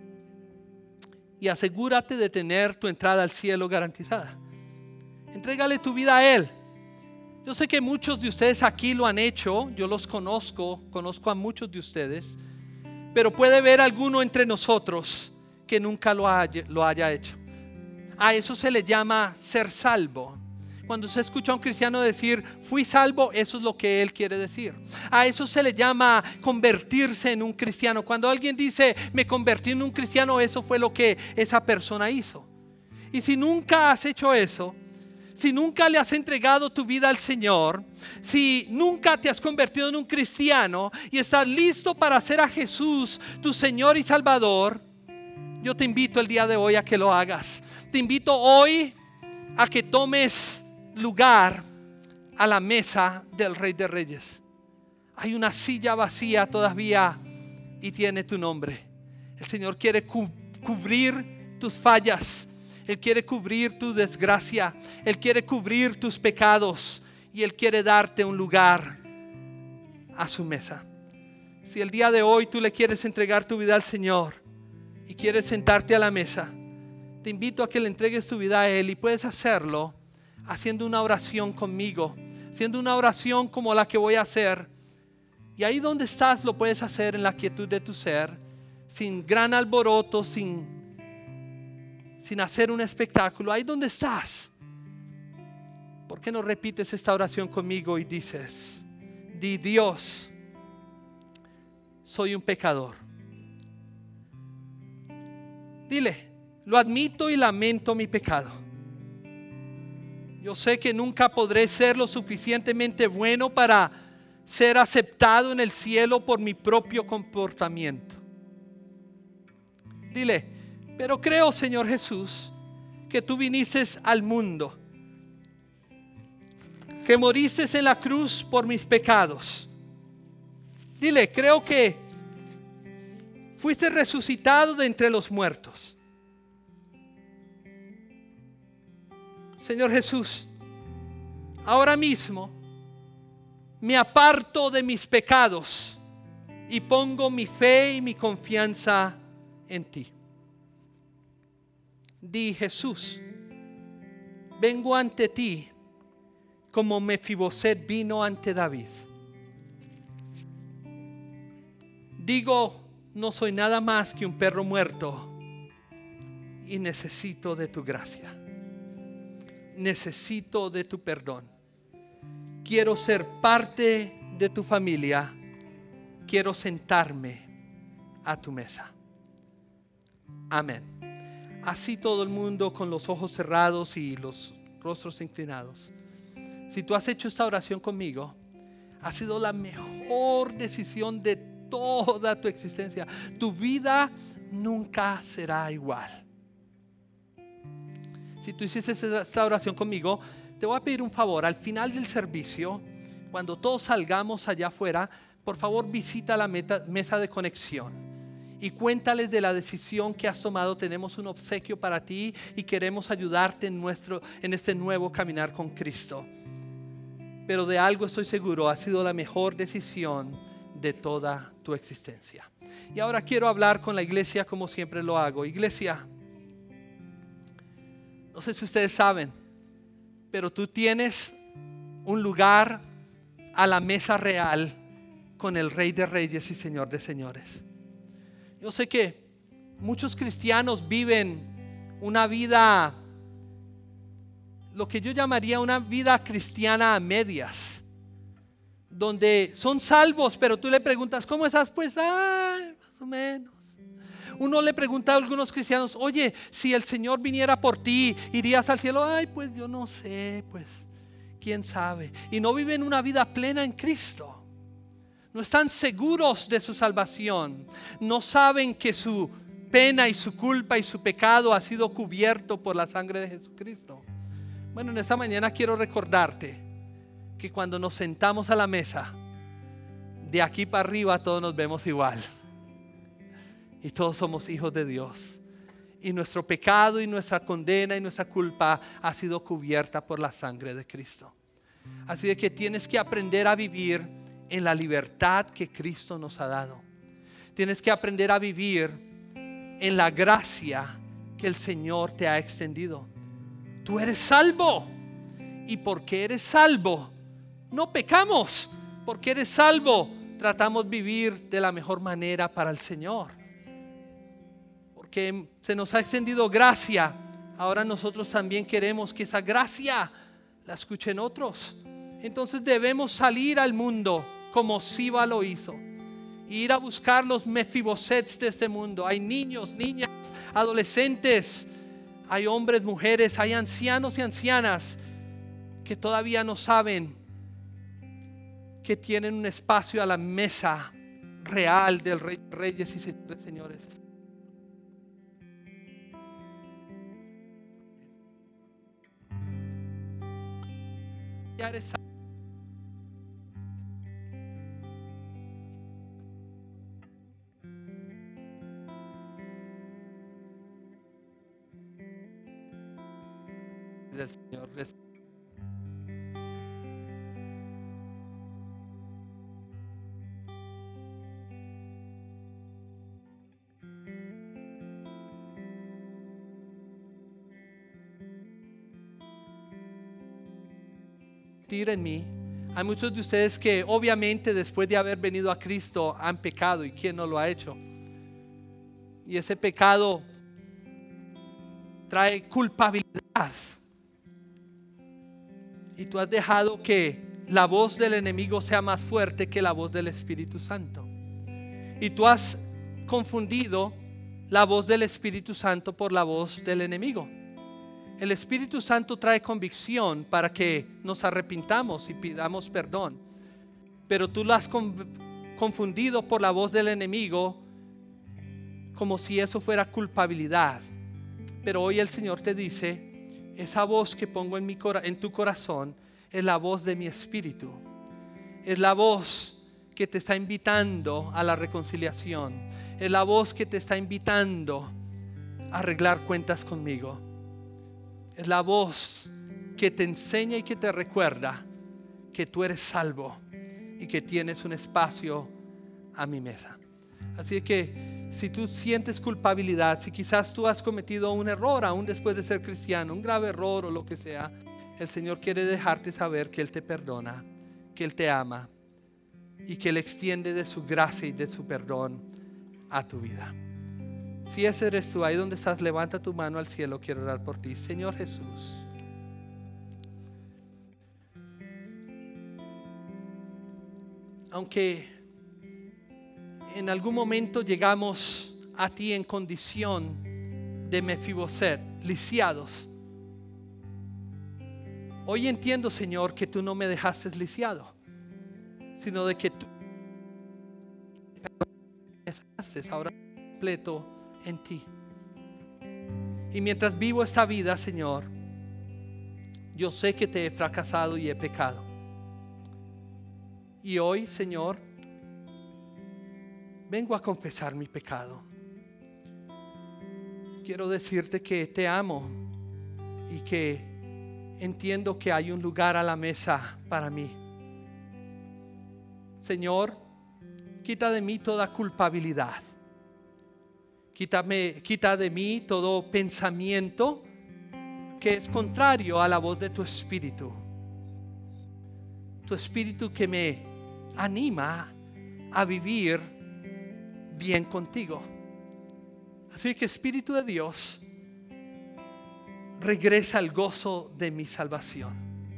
y asegúrate de tener tu entrada al cielo garantizada. Entrégale tu vida a Él. Yo sé que muchos de ustedes aquí lo han hecho, yo los conozco a muchos de ustedes, pero puede haber alguno entre nosotros que nunca lo haya hecho. A eso se le llama ser salvo. Cuando se escucha a un cristiano decir fui salvo, eso es lo que él quiere decir. A eso se le llama convertirse en un cristiano. Cuando alguien dice me convertí en un cristiano, eso fue lo que esa persona hizo. Y si nunca has hecho eso, si nunca le has entregado tu vida al Señor, si nunca te has convertido en un cristiano y estás listo para hacer a Jesús tu Señor y Salvador, yo te invito el día de hoy a que lo hagas. Te invito hoy a que tomes lugar a la mesa del Rey de Reyes. Hay una silla vacía todavía y tiene tu nombre. El Señor quiere cubrir tus fallas. Él quiere cubrir tu desgracia. Él quiere cubrir tus pecados. Y Él quiere darte un lugar a su mesa. Si el día de hoy tú le quieres entregar tu vida al Señor y quieres sentarte a la mesa, te invito a que le entregues tu vida a Él, y puedes hacerlo haciendo una oración conmigo, haciendo una oración como la que voy a hacer. Y ahí donde estás lo puedes hacer en la quietud de tu ser, sin gran alboroto, sin hacer un espectáculo. Ahí donde estás, ¿por qué no repites esta oración conmigo y dices: Dios, soy un pecador. Dile: lo admito y lamento mi pecado. Yo sé que nunca podré ser lo suficientemente bueno para ser aceptado en el cielo por mi propio comportamiento. Dile: pero creo, Señor Jesús, que tú viniste al mundo, que moriste en la cruz por mis pecados. Dile: creo que fuiste resucitado de entre los muertos. Señor Jesús, ahora mismo me aparto de mis pecados y pongo mi fe y mi confianza en ti. Di: Jesús, vengo ante ti como Mefiboset vino ante David. Digo: no soy nada más que un perro muerto y necesito de tu gracia. Necesito de tu perdón. Quiero ser parte de tu familia. Quiero sentarme a tu mesa. Amén. Así todo el mundo con los ojos cerrados y los rostros inclinados. Si tú has hecho esta oración conmigo, ha sido la mejor decisión de toda tu existencia. Tu vida nunca será igual. Si tú hiciste esta oración conmigo, te voy a pedir un favor. Al final del servicio, cuando todos salgamos allá afuera, por favor visita la mesa de conexión y cuéntales de la decisión que has tomado. Tenemos un obsequio para ti y queremos ayudarte en este nuevo caminar con Cristo. Pero de algo estoy seguro: ha sido la mejor decisión de toda tu existencia. Y ahora quiero hablar con la iglesia como siempre lo hago. Iglesia, no sé si ustedes saben, pero tú tienes un lugar a la mesa real con el Rey de Reyes y Señor de Señores. Yo sé que muchos cristianos viven una vida, lo que yo llamaría una vida cristiana a medias, donde son salvos, pero tú le preguntas: ¿cómo estás? Pues, más o menos. Uno le pregunta a algunos cristianos: oye, si el Señor viniera por ti, ¿irías al cielo? Pues yo no sé, pues quién sabe. Y no viven una vida plena en Cristo. No están seguros de su salvación. No saben que su pena y su culpa y su pecado ha sido cubierto por la sangre de Jesucristo. Bueno, en esta mañana quiero recordarte que cuando nos sentamos a la mesa, de aquí para arriba todos nos vemos igual. Y todos somos hijos de Dios. Y nuestro pecado y nuestra condena y nuestra culpa ha sido cubierta por la sangre de Cristo. Así de que tienes que aprender a vivir en la libertad que Cristo nos ha dado. Tienes que aprender a vivir en la gracia que el Señor te ha extendido. Tú eres salvo. Y porque eres salvo, no pecamos. Porque eres salvo, tratamos de vivir de la mejor manera para el Señor. Porque se nos ha extendido gracia, ahora nosotros también queremos que esa gracia la escuchen otros. Entonces debemos salir al mundo como Siba lo hizo, e ir a buscar los Mefibosets de este mundo. Hay niños, niñas, adolescentes, hay hombres, mujeres, hay ancianos y ancianas que todavía no saben que tienen un espacio a la mesa real del Rey de Reyes y Señor de Señores. Ya eres salvo. Del Señor. convertir en mí. Hay muchos de ustedes que obviamente después de haber venido a Cristo han pecado, y ¿quién no lo ha hecho? Y ese pecado trae culpabilidad. Y tú has dejado que la voz del enemigo sea más fuerte que la voz del Espíritu Santo. Y tú has confundido la voz del Espíritu Santo por la voz del enemigo. El Espíritu Santo trae convicción para que nos arrepintamos y pidamos perdón. Pero tú lo has confundido por la voz del enemigo como si eso fuera culpabilidad. Pero hoy el Señor te dice, esa voz que pongo en tu corazón es la voz de mi espíritu. Es la voz que te está invitando a la reconciliación. Es la voz que te está invitando a arreglar cuentas conmigo. Es la voz que te enseña y que te recuerda que tú eres salvo y que tienes un espacio a mi mesa. Así que si tú sientes culpabilidad, si quizás tú has cometido un error aún después de ser cristiano, un grave error o lo que sea, el Señor quiere dejarte saber que Él te perdona, que Él te ama y que Él extiende de su gracia y de su perdón a tu vida. Si ese eres tú, ahí donde estás, levanta tu mano al cielo. Quiero orar por ti. Señor Jesús, aunque en algún momento llegamos a ti en condición de Mefiboset, lisiados, hoy entiendo, Señor, que tú no me dejaste lisiado, sino de que tú me dejaste ahora completo en ti. Y mientras vivo esta vida, Señor, yo sé que te he fracasado y he pecado. Y hoy, Señor, vengo a confesar mi pecado. Quiero decirte que te amo y que entiendo que hay un lugar a la mesa para mí. Señor, quita de mí toda culpabilidad. Quita de mí todo pensamiento que es contrario a la voz de tu Espíritu. Tu Espíritu que me anima a vivir bien contigo. Así que, Espíritu de Dios, regresa al gozo de mi salvación.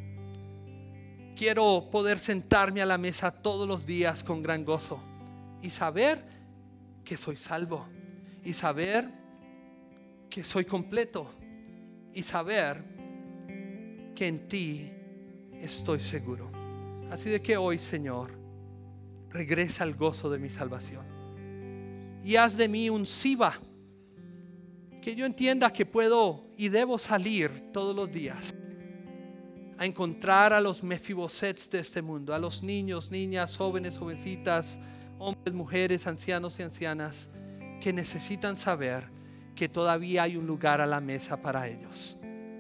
Quiero poder sentarme a la mesa todos los días con gran gozo y saber que soy salvo, y saber que soy completo, y saber que en ti estoy seguro. Así de que hoy, Señor, regresa al gozo de mi salvación y haz de mí un Siba, que yo entienda que puedo y debo salir todos los días a encontrar a los Mefibosets de este mundo, a los niños, niñas, jóvenes, jovencitas, hombres, mujeres, ancianos y ancianas que necesitan saber que todavía hay un lugar a la mesa para ellos.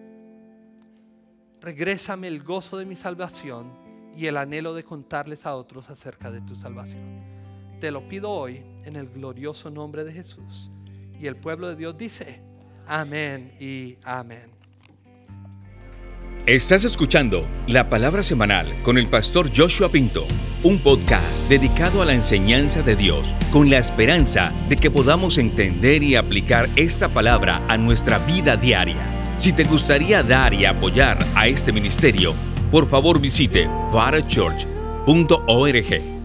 Regrésame el gozo de mi salvación y el anhelo de contarles a otros acerca de tu salvación. Te lo pido hoy en el glorioso nombre de Jesús. Y el pueblo de Dios dice, amén y amén. Estás escuchando La Palabra Semanal con el pastor Joshua Pinto, un podcast dedicado a la enseñanza de Dios, con la esperanza de que podamos entender y aplicar esta palabra a nuestra vida diaria. Si te gustaría dar y apoyar a este ministerio, por favor visite varachurch.org.